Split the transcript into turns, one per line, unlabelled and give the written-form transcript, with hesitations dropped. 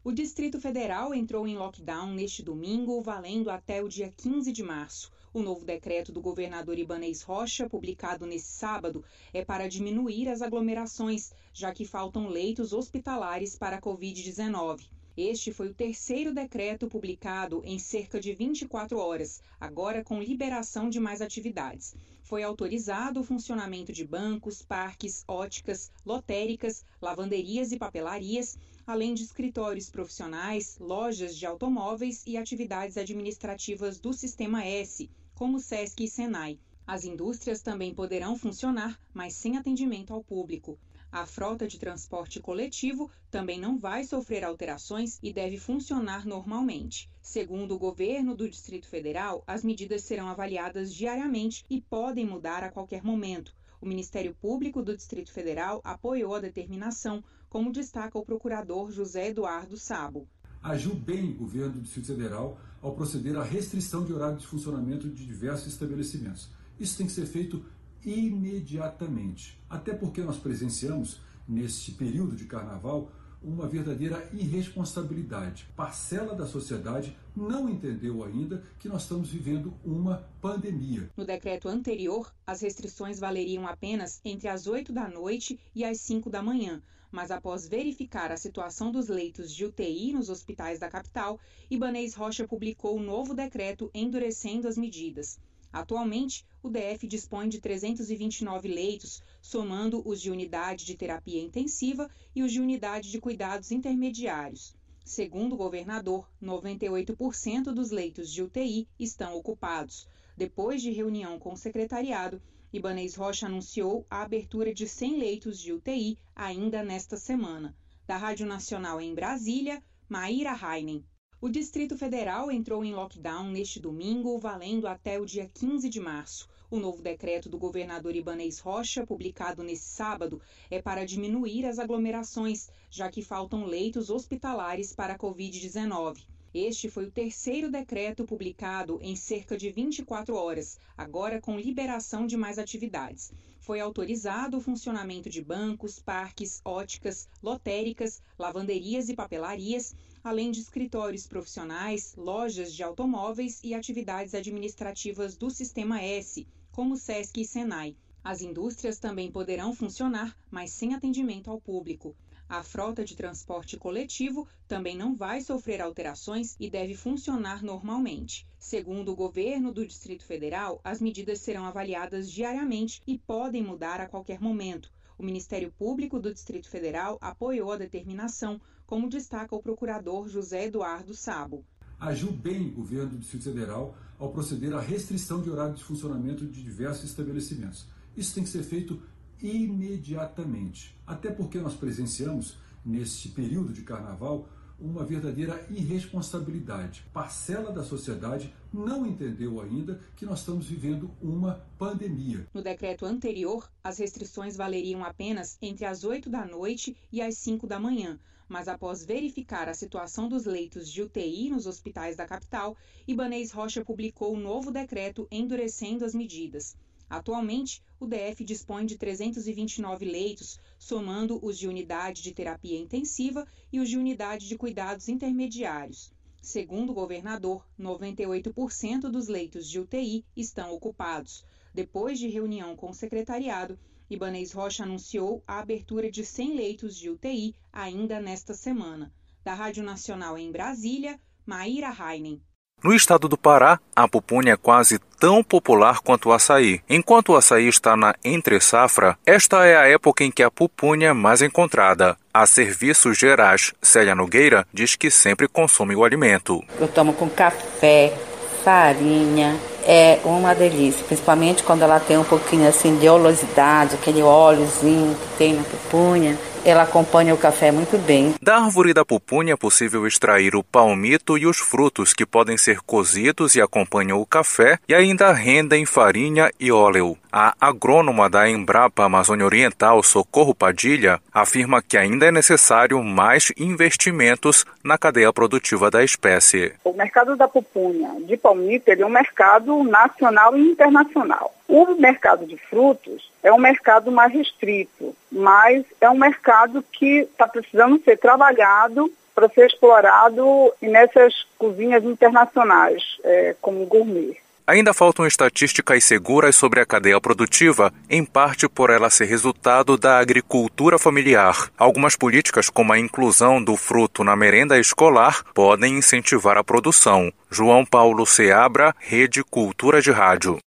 O Distrito Federal entrou em lockdown neste domingo, valendo até o dia 15 de março. O novo decreto do governador Ibanez Rocha, publicado nesse sábado, é para diminuir as aglomerações, já que faltam leitos hospitalares para a Covid-19. Este foi o terceiro decreto publicado em cerca de 24 horas, agora com liberação de mais atividades. Foi autorizado o funcionamento de bancos, parques, óticas, lotéricas, lavanderias e papelarias, além de escritórios profissionais, lojas de automóveis e atividades administrativas do Sistema S, como SESC e Senai. As indústrias também poderão funcionar, mas sem atendimento ao público. A frota de transporte coletivo também não vai sofrer alterações e deve funcionar normalmente. Segundo o governo do Distrito Federal, as medidas serão avaliadas diariamente e podem mudar a qualquer momento. O Ministério Público do Distrito Federal apoiou a determinação, como destaca o procurador José Eduardo Sabo.
Agiu bem o governo do Distrito Federal ao proceder à restrição de horário de funcionamento de diversos estabelecimentos. Isso tem que ser feito imediatamente, até porque nós presenciamos, neste período de carnaval, uma verdadeira irresponsabilidade. Parcela da sociedade não entendeu ainda que nós estamos vivendo uma pandemia.
No decreto anterior, as restrições valeriam apenas entre as 8 da noite e as 5 da manhã, mas após verificar a situação dos leitos de UTI nos hospitais da capital, Ibanez Rocha publicou um novo decreto endurecendo as medidas. Atualmente, o DF dispõe de 329 leitos, somando os de unidade de terapia intensiva e os de unidade de cuidados intermediários. Segundo o governador, 98% dos leitos de UTI estão ocupados. Depois de reunião com o secretariado, Ibanez Rocha anunciou a abertura de 100 leitos de UTI ainda nesta semana. Da Rádio Nacional em Brasília, Maíra Heinen. O Distrito Federal entrou em lockdown neste domingo, valendo até o dia 15 de março. O novo decreto do governador Ibanez Rocha, publicado nesse sábado, é para diminuir as aglomerações, já que faltam leitos hospitalares para a Covid-19. Este foi o terceiro decreto publicado em cerca de 24 horas, agora com liberação de mais atividades. Foi autorizado o funcionamento de bancos, parques, óticas, lotéricas, lavanderias e papelarias, além de escritórios profissionais, lojas de automóveis e atividades administrativas do Sistema S, como SESC e Senai. As indústrias também poderão funcionar, mas sem atendimento ao público. A frota de transporte coletivo também não vai sofrer alterações e deve funcionar normalmente. Segundo o governo do Distrito Federal, as medidas serão avaliadas diariamente e podem mudar a qualquer momento. O Ministério Público do Distrito Federal apoiou a determinação, como destaca o procurador José Eduardo Sabo.
Agiu bem o governo do Distrito Federal ao proceder à restrição de horário de funcionamento de diversos estabelecimentos. Isso tem que ser feito imediatamente, até porque nós presenciamos, neste período de carnaval, uma verdadeira irresponsabilidade. Parcela da sociedade não entendeu ainda que nós estamos vivendo uma pandemia.
No decreto anterior, as restrições valeriam apenas entre as 8 da noite e as 5 da manhã, mas após verificar a situação dos leitos de UTI nos hospitais da capital, Ibanez Rocha publicou um novo decreto endurecendo as medidas. Atualmente, o DF dispõe de 329 leitos, somando os de unidade de terapia intensiva e os de unidade de cuidados intermediários. Segundo o governador, 98% dos leitos de UTI estão ocupados. Depois de reunião com o secretariado, Ibanez Rocha anunciou a abertura de 100 leitos de UTI ainda nesta semana. Da Rádio Nacional em Brasília, Maíra Heinen.
No estado do Pará, a pupunha é quase tão popular quanto o açaí. Enquanto o açaí está na entre-safra, esta é a época em que a pupunha é mais encontrada. A Serviços Gerais, Célia Nogueira, diz que sempre consome o alimento.
Eu tomo com café, farinha, é uma delícia, principalmente quando ela tem um pouquinho assim de oleosidade, aquele óleozinho que tem na pupunha. Ela acompanha o café muito bem.
Da árvore da pupunha é possível extrair o palmito e os frutos que podem ser cozidos e acompanham o café e ainda rendem farinha e óleo. A agrônoma da Embrapa Amazônia Oriental, Socorro Padilha, afirma que ainda é necessário mais investimentos na cadeia produtiva da espécie.
O mercado da pupunha de palmito ele é um mercado nacional e internacional. O mercado de frutos é um mercado mais restrito, mas é um mercado que está precisando ser trabalhado para ser explorado nessas cozinhas internacionais, como gourmet.
Ainda faltam estatísticas seguras sobre a cadeia produtiva, em parte por ela ser resultado da agricultura familiar. Algumas políticas, como a inclusão do fruto na merenda escolar, podem incentivar a produção. João Paulo Seabra, Rede Cultura de Rádio.